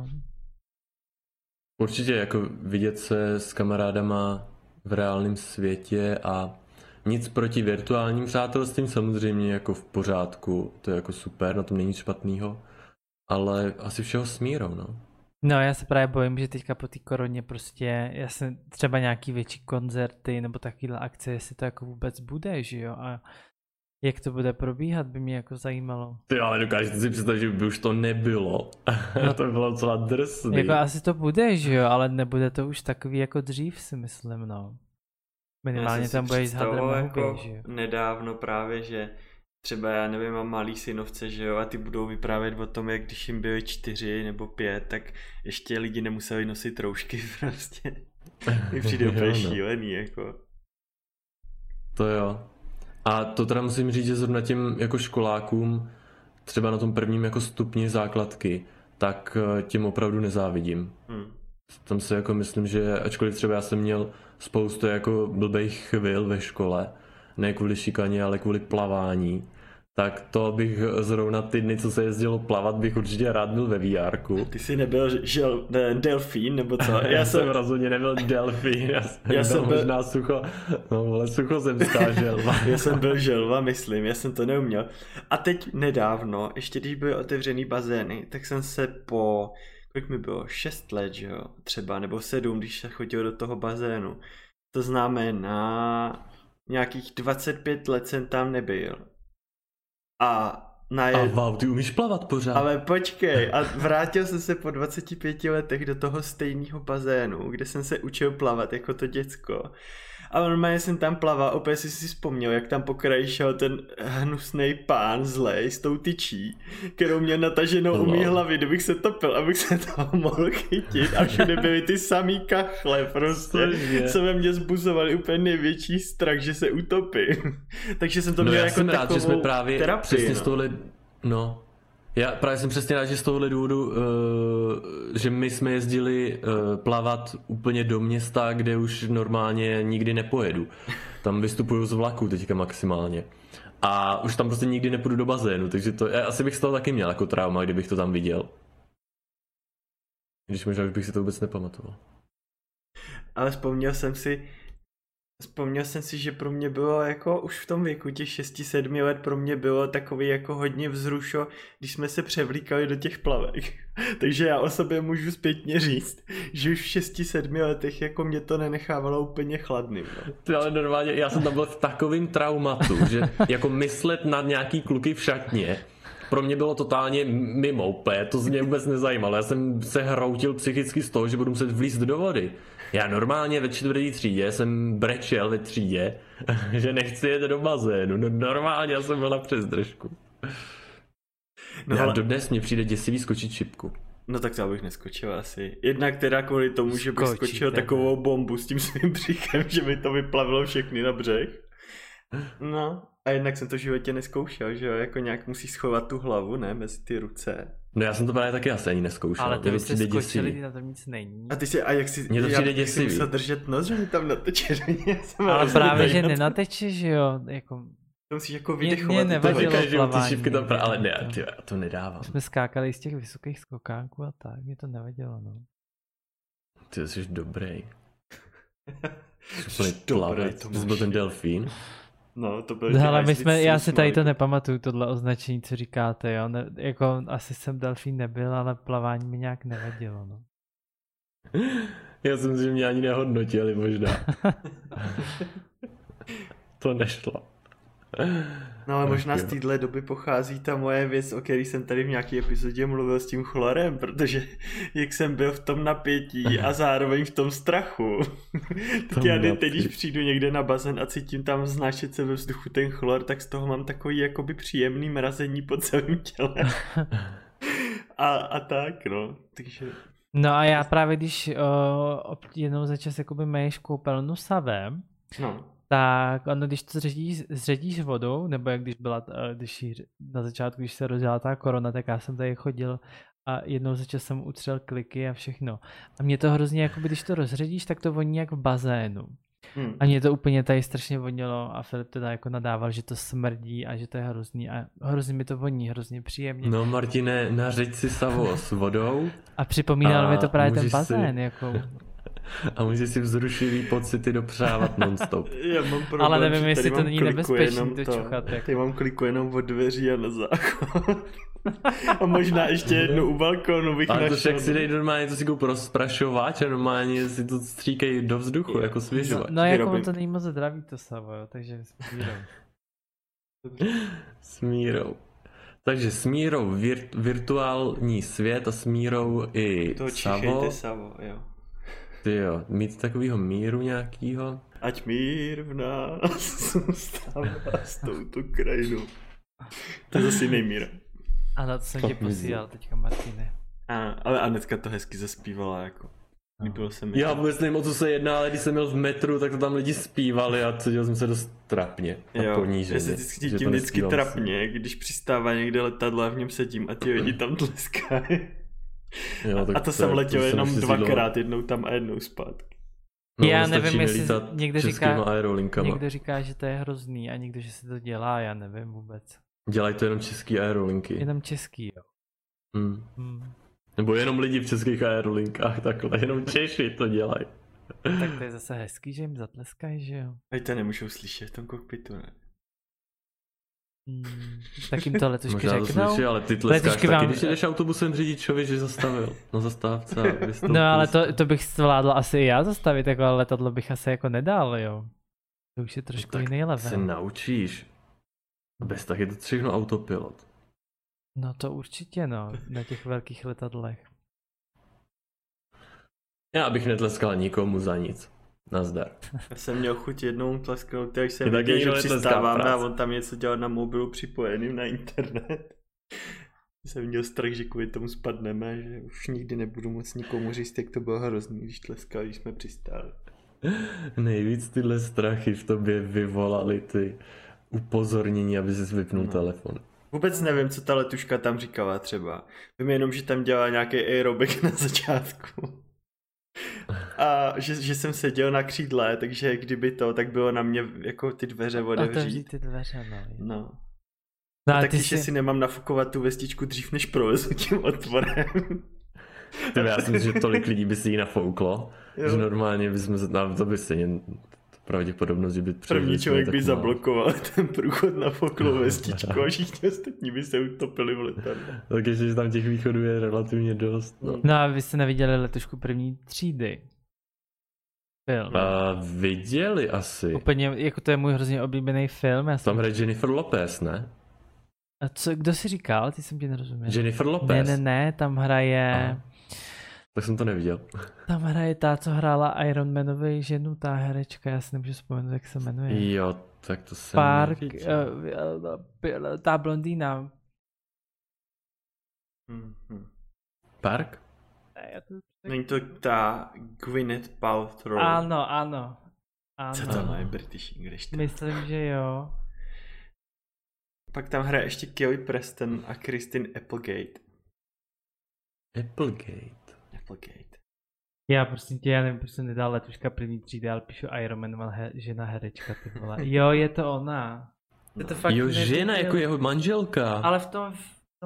Určitě jako vidět se s kamarádama v reálném světě a nic proti virtuálním přátelstvím, samozřejmě jako v pořádku, to je jako super, na tom není nic špatného, ale asi všeho s mírou, no. No, já se právě bojím, že teďka po té koroně prostě, já jsem třeba nějaký větší koncerty nebo takovýhle akce, jestli to jako vůbec bude, že jo, a jak to bude probíhat, by mě jako zajímalo. Ty ale dokážete si představit, že by už to nebylo. No, to bylo docela drsný. Jako asi to bude, že jo, ale nebude to už takový jako dřív, si myslím, no. Minimálně tam bude jít s hadrem jako že jo. nedávno právě, že třeba já nevím, mám malý synovce, že jo, a ty budou vyprávět o tom, jak když jim byly 4 nebo 5, tak ještě lidi nemuseli nosit roušky prostě. Mi přijde úplně šílený, jako. To jo. A to teda musím říct, že zrovna těm jako školákům, třeba na tom prvním jako stupni základky, tak těm opravdu nezávidím. Tam se jako myslím, že ačkoliv třeba já jsem měl spoustu jako blbejch chvil ve škole, ne kvůli šikaně, ale kvůli plavání, tak to bych zrovna ty dny, co se jezdilo plavat, bych určitě rád byl ve VR-ku. Ty jsi nebyl delfín, nebo co? Já jsem rozhodně nebyl delfín, já jsem byl možná suchozemská želva. Já jsem byl želva, myslím, já jsem to neuměl. A teď nedávno, ještě když byly otevřený bazény, tak jsem se po, kolik mi bylo, 6 let, že jo, třeba, nebo 7, když se chodil do toho bazénu. To znamená, nějakých 25 let jsem tam nebyl. A wow, ty umíš plavat pořád. Ale počkej, a vrátil jsem se po 25 letech do toho stejného bazénu, kde jsem se učil plavat jako to děcko. A normálně jsem tam plaval, opět si vzpomněl, jak tam po kraji šel ten hnusnej pán zlej s tou tyčí, kterou měl nataženou u mý hlavy, kdybych se topil, abych se toho mohl chytit a všude byly ty samý kachle prostě, co ve mně zbuzovali úplně největší strach, že se utopím. Takže jsem to měl jako jsem rád, že jsme právě terapii, přesně z tohle, já právě jsem přesně rád, že z tohohle důvodu, že my jsme jezdili plavat úplně do města, kde už normálně nikdy nepojedu. Tam vystupuju z vlaku teďka maximálně. A už tam prostě nikdy nepůjdu do bazénu, takže to, asi bych z toho taky měl jako trauma, kdybych to tam viděl. Když možná bych si to vůbec nepamatoval. Ale vzpomněl jsem si, že pro mě bylo jako už v tom věku těch 6-7 let pro mě bylo takový jako hodně vzrušo, když jsme se převlíkali do těch plavek. Takže já o sobě můžu zpětně říct, že už v 6-7 letech jako mě to nenechávalo úplně chladným. No. Ty, ale normálně, já jsem tam byl v takovým traumatu, že jako myslet na nějaký kluky v šatně pro mě bylo totálně mimo úplně, to mě vůbec nezajímalo. Já jsem se hroutil psychicky z toho, že budu muset vlízt do vody. Já normálně ve 4. třídě jsem brečel ve třídě, že nechci jet do bazénu. No normálně já jsem byl na přezdržku. No, ale dodnes mě přijde děsivý skočit šipku. No tak to bych neskočil asi. Jednak teda kvůli tomu, že bych skočil takovou bombu s tím svým břichem, že mi to vyplavilo všechny na břeh. No a jednak jsem to v životě neskoušel, že jo, jako nějak musíš schovat tu hlavu, ne, mezi ty ruce. No já jsem to právě taky asi ani neskoušel. Ale ty jste skočili, na tom nic není. A jak si, mě to přijde děsivý. děsivý. Musel držet nos, že mi tam nateče. Ale právě, že nenateče, že jo, jako... To musíš jako vydechovat. Mě nevadilo plavání. Ale ne, to, já to nedávám. Jsme skákali z těch vysokých skokánků a tak, mě to nevadilo, no. Ty jsi dobrý. Jsi plavec, to byl ten delfín. No, to byl ale já si tady to nepamatuju, tohle označení, co říkáte, jo. Ne, jako asi jsem delfín nebyl, ale plavání mi nějak nevadilo, no. Já jsem si, že mě ani nehodnotili možná. To nešlo. No ale možná z téhle doby pochází ta moje věc, o které jsem tady v nějaké epizodě mluvil s tím chlorem, protože jak jsem byl v tom napětí a zároveň v tom strachu, tak já teď, když přijdu někde na bazén a cítím tam znášet se ve vzduchu ten chlor, tak z toho mám takový jakoby příjemný mrazení po celém těle. A tak, no, takže... No a já právě, když jednou za čas jakoby meješ koupelnu savem, no. Tak ono, když to zředíš vodou, nebo jak když na začátku, když se rozjela ta korona, tak já jsem tady chodil a jednou za čas jsem utřel kliky a všechno. A mě to hrozně, jakoby, když to rozředíš, tak to voní jak v bazénu. A mě to úplně tady strašně vonilo a Filip teda jako nadával, že to smrdí a že to je hrozný a hrozně mi to voní, hrozně příjemně. No Martine, nařeď si savo s vodou. A připomínal mi to právě ten bazén, jako... A můžeš si vzrušivý pocity dopřávat non-stop. Já mám problém, ale nevím, jestli to není nebezpečný to čuchat. Tady mám kliku jenom od dveří a na záchod. A možná ještě jednu u balkónu bych našel. Ale to však si dej normálně, to si koupil rozprašovač a normálně si to stříkej do vzduchu, jako svěžovač. No jako to není moc zdraví to savo, jo, takže s mírou. S mírou. Takže s mírou virtuální svět a s mírou i to savo. Čichejte savo, jo. Jo, mít takovýho míru nějakýho. Ať mír v nás zůstává s touto krajinou. To je zase jiný mír. Ano, to jsem tě posílal teďka, Martine. Ale Anetka to hezky zaspívala, jako. Líbilo se mi. Já vůbec nevím, o co se jedná, ale když jsem byl v metru, tak to tam lidi zpívali a cítil jsem se dost trapně a poníženě. Já se cítím vždycky trapně, když přistává někde letadlo a v něm sedím a ti lidi tam tleskají. Jo, a to jsem letěl jenom dvakrát, jednou tam a jednou zpátky. No, já nevím, jestli někdo říká, že to je hrozný a někdo, že se to dělá, já nevím vůbec. Dělají to jenom český aerolinky. Jenom český, jo. Nebo jenom lidi v českých aerolinkách, takhle, jenom Češi to dělají. Tak to je zase hezký, že jim zatleskají, že jo. Ať to nemůžou slyšet v tom kokpitu, ne? Tak jim to letušky řeknou. Možná to slyší, ale ty tleskáš taky, když jdeš autobusem řidičovi, že zastavil na zastávce a vystoupil. No ale to bych zvládl asi i já zastavit, jako, ale letadlo bych asi jako nedal, jo. To už je trošku jiný level. Se naučíš. Bez tak je to všechno autopilot. No to určitě, no, na těch velkých letadlech. Já bych netleskal nikomu za nic. Nazdar. Já jsem měl chuť jednou tlesknout, když jsem viděl, že přistáváme a on tam něco dělal na mobilu připojeným na internet. Jsem měl strach, že kvůli tomu spadneme, že už nikdy nebudu moc nikomu říct, jak to bylo hrozný, když tleskal, když jsme přistáli. Nejvíc tyhle strachy v tobě vyvolaly ty upozornění, aby jsi vypnul telefon. Vůbec nevím, co ta letuška tam říkala třeba. Vím jenom, že tam dělala nějaký aerobik na začátku. A že jsem seděl na křídle, takže kdyby to, tak bylo na mě jako ty dveře otevřít. Ty dveře, no. A taky, že si nemám nafukovat tu vestičku dřív, než prolezu tím otvorem. Já si myslím, že tolik lidí by si ji nafouklo, že normálně bychom se tam, to by se pravděpodobnost, že by první člověk by zablokoval ten průchod na foklou vestičku a všichni ostatní by se utopili v letadle. Tak ještě tam těch východů je relativně dost. No a vy jste neviděli letušku první třídy? Film. Viděli asi. Úplně, jako to je můj hrozně oblíbený film. Tam hraje Jennifer Lopez, ne? A kdo jsi říkal? Ty jsem ti nerozuměl. Jennifer Lopez. Ne, tam hraje... Tak jsem to neviděl. Tam hraje ta, co hrála Iron Manovi ženu, ta herečka, já si nemůžu vzpomenout, jak se jmenuje. Jo, tak to jsem Park, neviděl. ta blondýna. Park? Není to ta Gwyneth Paltrow? Ano. Co to má British English? Myslím, že jo. Pak tam hraje ještě Kelly Preston a Christine Applegate. Applegate. Já prostě já nevím, proč jsem nedal letuška první třídy, ale píšu Iron Man, žena herečka, ty vole. Jo, je to ona. To fakt jo, žena jako jeho manželka. Ale v tom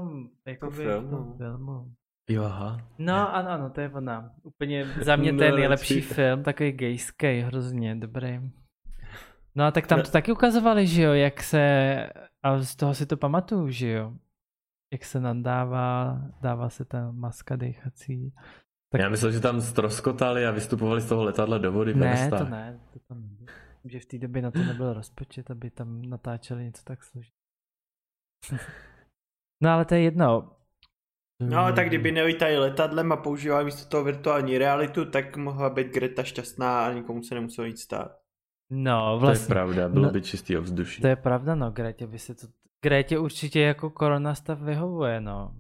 filmu. Jo, aha. No, ano, to je ona. Úplně za mě to je nejlepší film, takový gejský, hrozně dobrý. No a tak tam to taky ukazovali, že jo, jak se, a z toho si to pamatuju, že jo. Jak se nadává, dává se ta maska dechací. Tak... Já myslel, že tam ztroskotali a vystupovali z toho letadla do vody. Ne, to ne. Že v té době na to nebyl rozpočet, aby tam natáčeli něco tak složitého. No ale to je jedno. No tak kdyby nelítali letadlem a používali místo toho virtuální realitu, tak mohla být Greta šťastná a nikomu se nemuselo nic stát. No vlastně. To je pravda, bylo by čistý ovzduší. To je pravda, no, Grétě určitě jako korona stav vyhovuje, no.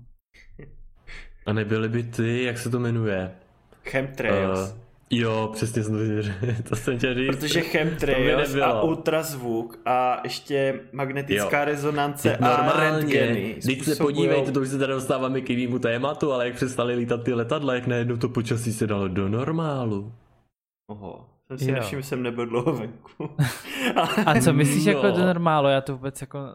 A nebyly by ty, jak se to jmenuje? Chemtrails. Jo, přesně jsem to jsem chtěl říct. Protože chemtrails a ultrazvuk a ještě magnetická rezonance a rentgeny. Teď se podívejte, to už se tady dostáváme k jinému tématu, ale jak přestali lítat ty letadla, jak najednou to počasí se dalo do normálu. Oho, jsem si nevšiml, jsem nebyl dlouho venku. A co myslíš jako do normálu? Já to vůbec jako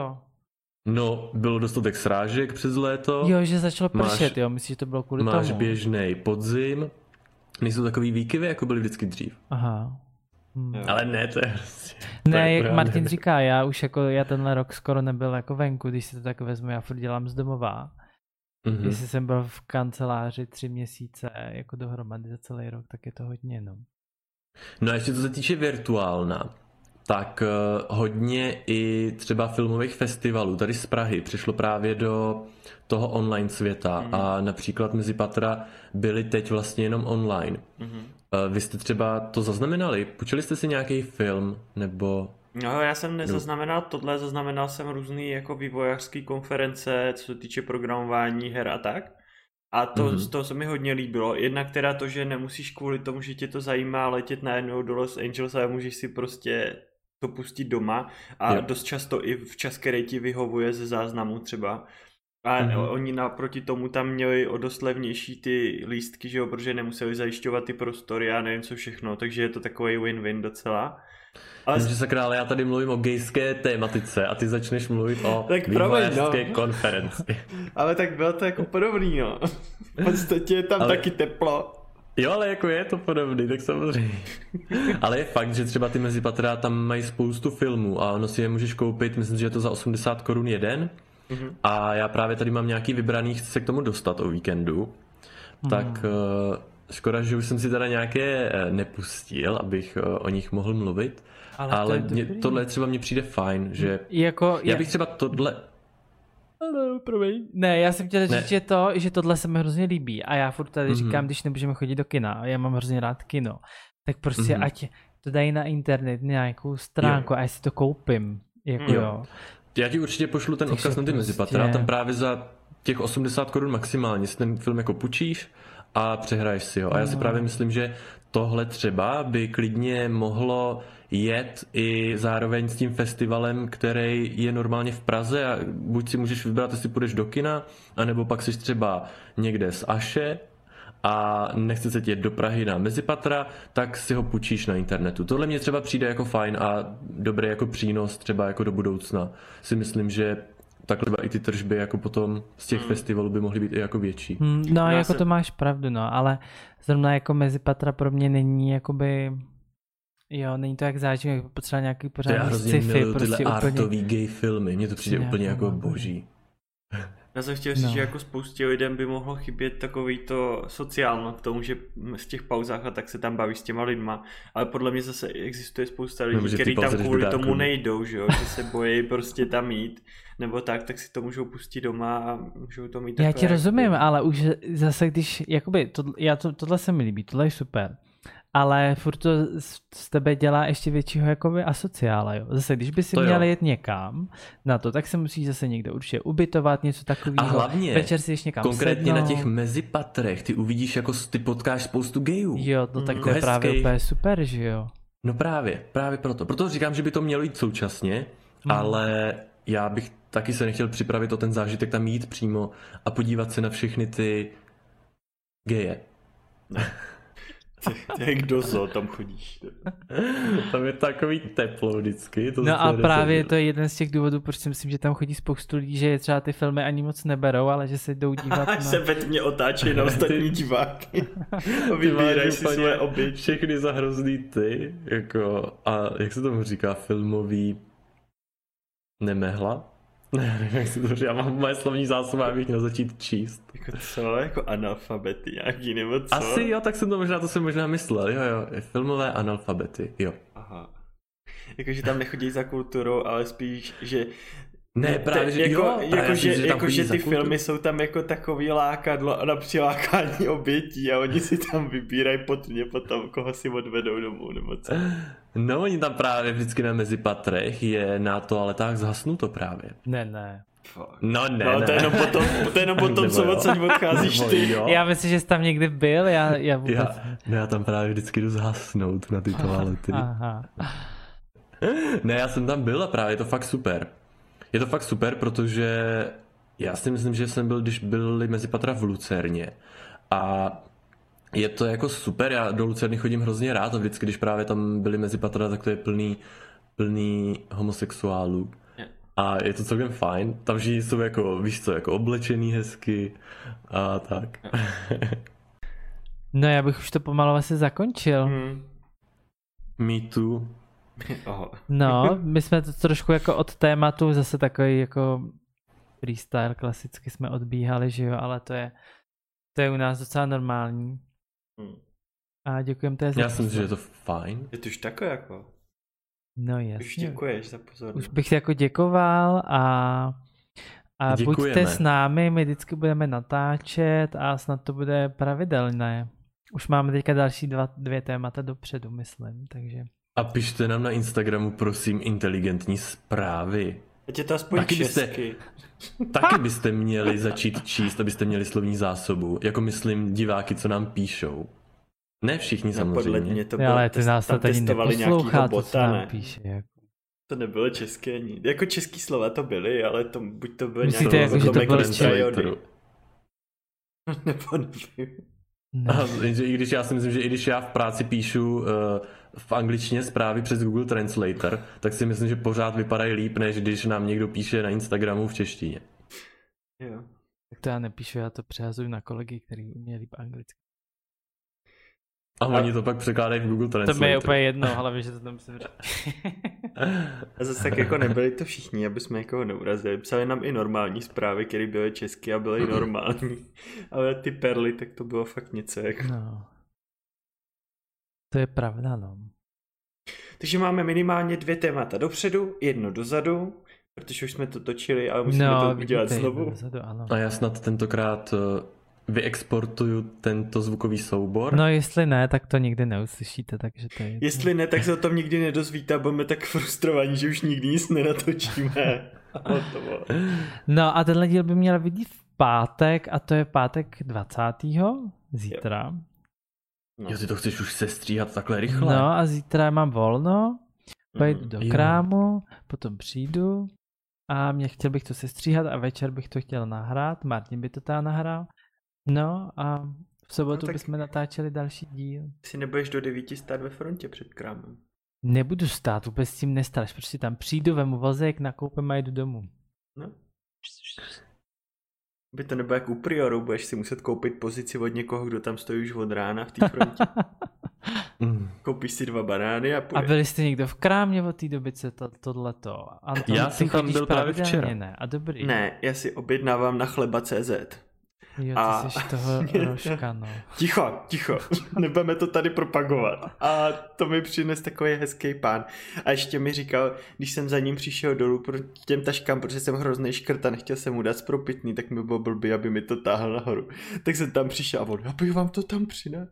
No, bylo dostatek srážek přes léto. Jo, že začalo pršet, jo, myslíš, že to bylo kvůli tomu? Máš běžnej podzim. Nejsou takový výkyvy, jako byly vždycky dřív. Aha. Ale ne, to je ne, jak Martin říká, já tenhle rok skoro nebyl jako venku, když si to tak vezmu, já furt dělám z domova. Jestli jsem byl v kanceláři 3 měsíce jako dohromady za celý rok, tak je to hodně, no. No a ještě co se týče virtuálna, tak hodně i třeba filmových festivalů tady z Prahy přišlo právě do toho online světa a například Mezipatra byly teď vlastně jenom online. Vy jste třeba to zaznamenali? Půjčili jste si nějaký film nebo... No, já jsem nezaznamenal tohle, zaznamenal jsem různý jako vývojářský konference, co se týče programování her a tak. A z toho se mi hodně líbilo. Jednak teda to, že nemusíš kvůli tomu, že tě to zajímá, letět najednou do Los Angeles, ale můžeš si prostě to pustit doma a dost často i včas, který ti vyhovuje ze záznamu třeba. A oni naproti tomu tam měli o dost levnější ty lístky, že jo, protože nemuseli zajišťovat ty prostory a nevím co všechno, takže je to takový win-win docela. Ale sakra, já tady mluvím o gejské tématice a ty začneš mluvit o vývojářské konferenci. Ale tak bylo to jako podobný, no. V podstatě je tam taky teplo. Jo, ale jako je to podobný, tak samozřejmě. Ale je fakt, že třeba ty Mezipatra tam mají spoustu filmů a ono si je můžeš koupit, myslím, že je to za 80 korun jeden. A já právě tady mám nějaký vybraný, chci se k tomu dostat o víkendu. Tak škoda, že už jsem si teda nějaké nepustil, abych o nich mohl mluvit. Ale tohle třeba mně přijde fajn, že já bych třeba tohle... Ne, já jsem chtěl říct, že tohle se mi hrozně líbí a já furt tady říkám, když nemůžeme chodit do kina a já mám hrozně rád kino, tak prostě ať to dají na internet nějakou stránku a já si to koupím. Jako jo. Já ti určitě pošlu ten odkaz na ty Mezipatra, tam právě za těch 80 korun maximálně si ten film jako půjčíš a přehraješ si ho. A já si právě myslím, že tohle třeba by klidně mohlo jet i zároveň s tím festivalem, který je normálně v Praze a buď si můžeš vybrat, jestli půjdeš do kina, anebo pak jsi třeba někde z Aše a nechce se jet do Prahy na Mezipatra, tak si ho půjčíš na internetu. Tohle mě třeba přijde jako fajn a dobrý jako přínos třeba jako do budoucna. Si myslím, že takhle i ty tržby jako potom z těch festivalů by mohly být i jako větší. No jako to máš pravdu, no, ale zrovna jako Mezipatra pro mě není jakoby... Jo, není to jak zážitek, potřeba nějaký pořádný sci-fi. Já hrozně miluju tyhle artový gay filmy, mně to přijde úplně jako boží. Já jsem chtěl říct, že jako spoustě lidem by mohlo chybět takový to sociálno k tomu, že z těch pauzách a tak se tam baví s těma lidma, ale podle mě zase existuje spousta lidí, kteří tam kvůli tomu nejdou, že se bojí prostě tam jít, nebo tak si to můžou pustit doma a můžou to mít. Já ti rozumím, ale už zase když, jakoby, tohle se mi líbí, tohle je super. Ale furt to z tebe dělá ještě většího jakoby asociála, jo. Zase, když by si měl jet někam na to, tak se musíš zase někde určitě ubytovat, něco takového. A hlavně, večer si ještě někam konkrétně sednout. Na těch mezipatrech, ty uvidíš, jako ty potkáš spoustu gayů. Jo, no tak to je právě úplně super, že jo. No právě proto. Proto říkám, že by to mělo jít současně, ale já bych taky se nechtěl připravit o ten zážitek tam jít přímo a podívat se na všechny ty geje. Jak dozo tam chodíš. Tam je takový teplo vždycky. To no a právě to je jeden z těch důvodů, proč si myslím, že tam chodí spoustu lidí, že třeba ty filmy ani moc neberou, ale že se jdou dívat na... se vetmě otáčí na ostatní diváky. Vybírají si své oběti. Všechny za hrozný ty, jako, a jak se tomu říká, filmový nemehla? Ne, jak se to říká, mám moje slovní zásoby, abych měl začít číst. Jako co? Jako analfabety nějaký, nebo co? Asi jo, tak jsem to možná myslel, jo, filmové analfabety, jo. Aha. Jakože tam nechodí za kulturou, ale spíš, že... Ne, právě, že Jakože ty filmy jsou tam jako takový lákadlo na přilákání obětí a oni si tam vybírají potrně potom, koho si odvedou domů, nebo co? No, oni tam právě vždycky na mezipatrech je na toaletách zhasnuto právě. Ne. No ne. To je jenom potom, co odsaď odcházíš ty. Já myslím, že jsi tam někdy byl, já vůbec... Já tam právě vždycky jdu zhasnout na ty toalety. Aha. Ne, já jsem tam byl a právě je to fakt super. Je to fakt super, protože já si myslím, že jsem byl, když byli mezipatra v Lucerně a je to jako super, já do Lucerny chodím hrozně rád a vždycky, když právě tam byli mezipatra, tak to je plný homosexuálů a je to celkem fajn, tam všichni jsou jako, víš co, jako oblečený hezky a tak. No já bych už to pomalu asi zakončil. Me too. No, my jsme to trošku jako od tématu, zase takový jako freestyle klasicky jsme odbíhali, že jo, ale to je u nás docela normální. A děkujem to za... Já si myslím, že je to fajn. Je to už takové jako... No jasně. Už děkuješ za pozornost. Už bych jako děkoval a buďte s námi, my vždycky budeme natáčet a snad to bude pravidelné. Už máme teďka další dvě témata dopředu, myslím, takže... A pište nám na Instagramu, prosím, inteligentní zprávy. Ať je to aspoň česky. Taky byste měli začít číst, abyste měli slovní zásobu. Jako myslím diváky, co nám píšou. Ne všichni samozřejmě. Podle mě to bylo, ale ty nás to tady neposlouchá, to co nám píše. Jako. To nebylo české, jako český slova to byly, ale to, buď to bylo nějaké jako, že to bylo nebo nevím. I když já si myslím, že i když já v práci píšu v angličtině zprávy přes Google Translator, tak si myslím, že pořád vypadají líp, než když nám někdo píše na Instagramu v češtině. Jo. Tak to já nepíšu, já to přehazuju na kolegy, kteří umějí líp anglicky. A oni to pak překládají v Google Translator. To mi je úplně jedno, ale víš, že to tam musím říct. A zase tak jako nebyli to všichni, aby jsme někoho neurazili. Psali nám i normální zprávy, které byly česky a byly normální. Ale ty perly, tak to bylo fakt něco jako. No. To je pravda, no. Takže máme minimálně 2 témata dopředu, 1 dozadu, protože už jsme to točili, ale musíme to udělat znovu. Dozadu, ano. A já snad tentokrát vyexportuju tento zvukový soubor. No jestli ne, tak to nikdy neuslyšíte, takže to je... Jestli ne, tak se o tom nikdy nedozvíte a budeme tak frustrovaní, že už nikdy nic nenatočíme. No a tenhle díl by měl vidět v pátek a to je pátek 20. zítra. Jo, ty to chceš už sestříhat takhle rychle. No a zítra mám volno, pojdu do krámu, potom přijdu a chtěl bych to sestříhat a večer bych to chtěl nahrát, Martin by to tam nahrál. No a v sobotu bychom natáčeli další díl. Si nebudeš do 9 stát ve frontě před krámem. Nebudu stát, vůbec s tím nestareš, prostě tam přijdu, vemu vozek, nakoupím a jdu domů. No. By to nebylo jak u Prioru, budeš si muset koupit pozici od někoho, kdo tam stojí už od rána v té frontě. Koupíš si 2 banány a půjdeš. A byli jste někdo v krámě od té doby, co tohleto? Anton, já jsem tam byl právě včera. Ne, a dobrý. Ne, já si objednávám na chleba.cz. Jo, ty jsi toho rožka, no. Ticho, nebudeme to tady propagovat. A to mi přines takový hezký pán. A ještě mi říkal, když jsem za ním přišel dolů proti těm taškám, protože jsem hrozný škrt a nechtěl jsem mu dát zpropitný, tak mi bylo blbý, aby mi to táhl nahoru. Tak jsem tam přišel a on, abych vám to tam přinesl.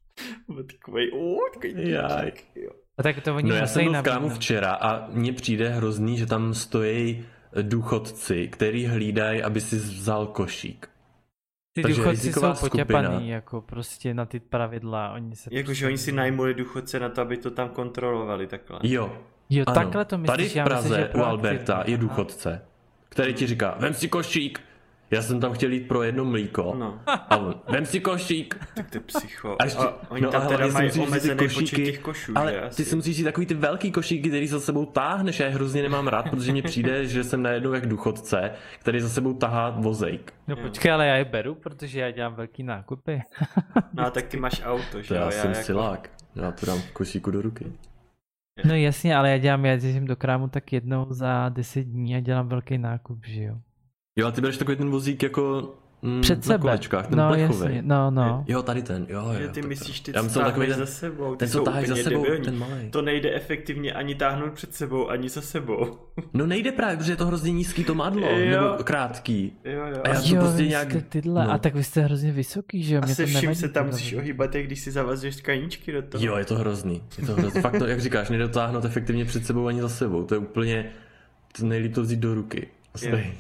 Takový díček, jo. A tak to oni já jsem byl v krámu nabídnout. včera a mně přijde hrozný, že tam stojí důchodci, který hlídají, aby si vzal košík. Ty Takže důchodci jsou riziková skupina. potěpaný, jako prostě na ty pravidla, oni se... Jakože oni si najmuli důchodce na to, aby to tam kontrolovali takhle. Jo, ano. Takhle to myslíš, tady v já Praze myslím, že u Alberta je důchodce, který ti říká, vem si košík. Já jsem tam chtěl jít pro jedno mlíko. No. A on, vem si košík. Tak to je psycho. A ještě, oni tam teda mají omezený počet košíky, těch košů, ale že? ty si musíš jít takový ty velký košíky, který za sebou táhneš. Já je hrozně nemám rád, protože mně přijde, že jsem najednou jak důchodce, který za sebou tahá vozejk. No počkej, ale já je beru, protože já dělám velký nákupy. No a tak ty máš auto, že? To já jsem jako... silák. Já to dám košíku do ruky. No jasně, ale já jezdím do krámu tak jednou za 10 dní a dělám velký nákup, že jo. Jo, a ty bereš takový ten vozík jako před na sebe. kolečkách, ten No plechovej. jasně, no. Jo, tady ten, jo. Ty myslíš, ty já myslel takový táhneš ten, za sebou, ty ten, jsou co taháš za úplně sebou, debilní. ten malej. To nejde efektivně ani táhnout před sebou, ani za sebou. No nejde právě, protože je to hrozně nízký to madlo, Jo. nebo krátký. Jo. A já to Jo, prostě vy nějak... jste tyhle, no. a tak vy jste hrozně vysoký, že jo? A Mě se to vším nevadí, se tam tohle. musíš ohýbat, jak když si zavazuješ tkaníčky do toho. Jo, je to hrozný. Fakt to, jak říkáš, nejde to táhnout efektivně před sebou ani za sebou. To je úplně, to nejlíp to vzít do ruky. Stejně.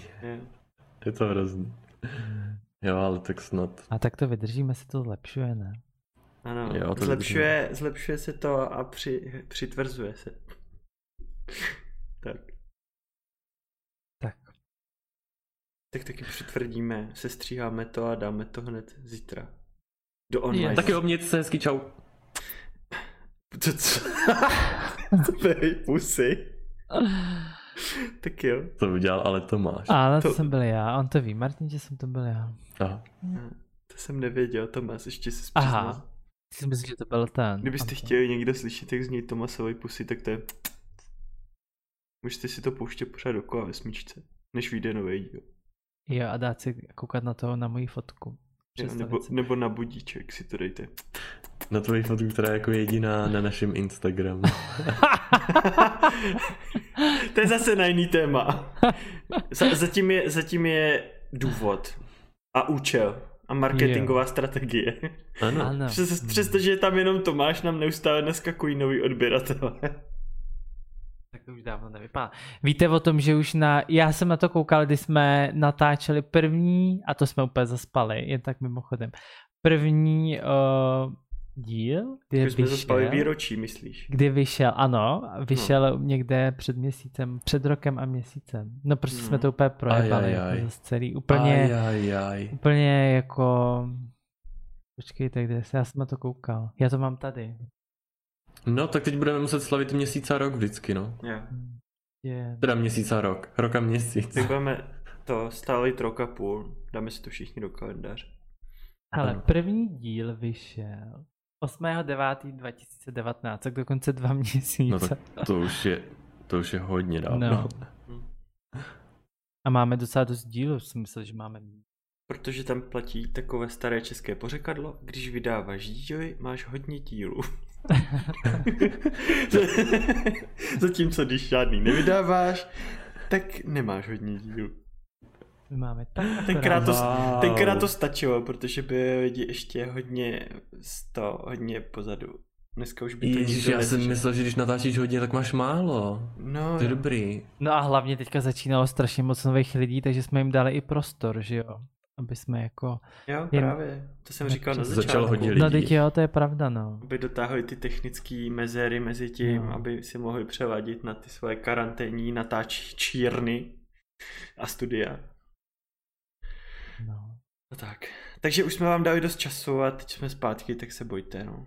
Je to hrozný. Jo, ale tak snad. A tak to vydržíme, se to zlepšuje, ne? Ano, Jo, to zlepšuje se to a přitvrzuje se. Tak. Tak taky přitvrdíme, sestříháme to a dáme to hned zítra. Do online. Tak jo, mějte se hezky, čau. Co? To je pusy. Tak jo. To udělal ale Tomáš. Ale to jsem byl já, on to ví, Martin, že jsem to byl já. Aha. To jsem nevěděl, Tomáš, ještě se Aha, přiznal. ty si myslíš, že to byl ten. Kdybyste chtěli někdo slyšet, jak zní Tomasovej pusy, tak to je... Můžete si to pouštět pořád dokola ve smyčce, než vyjde nový díl. Jo, a dát si koukat na toho, na moji fotku. Nebo na budíček si to dejte. Na tvoji fotku, která je jako jediná na našem Instagramu. To je zase na jiný téma. Zatím je důvod a účel a marketingová strategie. Ano. Přestože je tam jenom Tomáš, nám neustále naskakují nový odběratele. Tak to už dávno nevypadá. Víte o tom, že už já jsem na to koukal, když jsme natáčeli první, a to jsme úplně zaspali, jen tak mimochodem, první díl, kdy jsme zaspali výročí, myslíš? Kdy vyšel, ano, vyšel někde před měsícem, před rokem a měsícem. No prostě jsme to úplně projebali, jako celý, úplně jako, počkejte, kde já jsem na to koukal, já to mám tady. No, tak teď budeme muset slavit měsíc a rok vždycky, no. Teda měsíc a rok. Rok a měsíc. Tak budeme to stále rok a půl. Dáme si to všichni do kalendáře. Ale první díl vyšel 8.9.2019, tak dokonce 2 měsíce. No tak to už je hodně dávno. No. A máme docela dost dílů, jsem myslel, že máme. Protože tam platí takové staré české pořekadlo, když vydáváš díly, máš hodně dílů. Zatímco když žádný nevydáváš, tak nemáš hodně dílů. My máme tenkrát to stačilo, protože by lidi ještě hodně pozadu. Dneska už by to Ježiš, já jsem myslel, že když natáčíš hodně, tak máš málo. No, to je dobrý. No a hlavně teďka začínalo strašně moc nových lidí, takže jsme jim dali i prostor, že jo? Aby jsme jako... Jo, právě. To jsem říkal na začátku. Začalo hodně lidí. No teď jo, to je pravda, no. Aby dotáhli ty technické mezery mezi tím, aby si mohli přeladit na ty svoje karanténní natáčírny a studia. No. Tak. Takže už jsme vám dali dost času a teď jsme zpátky, tak se bojte, no.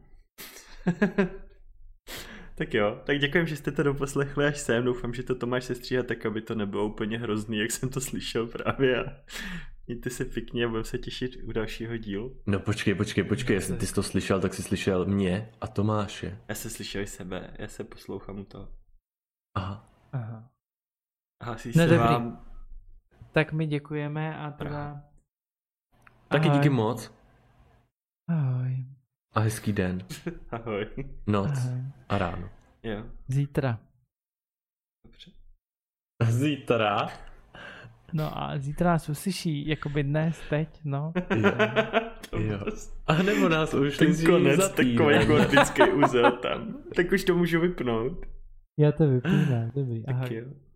Tak jo, tak děkujem, že jste to doposlechli až sem. Doufám, že to Tomáš sestříhá tak, aby to nebylo úplně hrozný, jak jsem to slyšel právě. Mějte se pěkně a budeme se těšit u dalšího dílu. No počkej, jestli ty jsi to slyšel, tak jsi slyšel mě a Tomáše. Já jsem slyšel i sebe, já se poslouchám u toho. Aha. Hlásí se vám. Tak my děkujeme a teda... Taky díky moc. Ahoj. A hezký den. Ahoj. Noc. Ahoj. A ráno. Jo. Zítra. Dobře. Zítra? No a zítra nás uslyší, jakoby dnes, teď, no. Jo. A nebo nás už ten konec, takový gordický úzel tam. Tak už to můžu vypnout. Já to vypínám, dobrý, Tak ahoj. jo.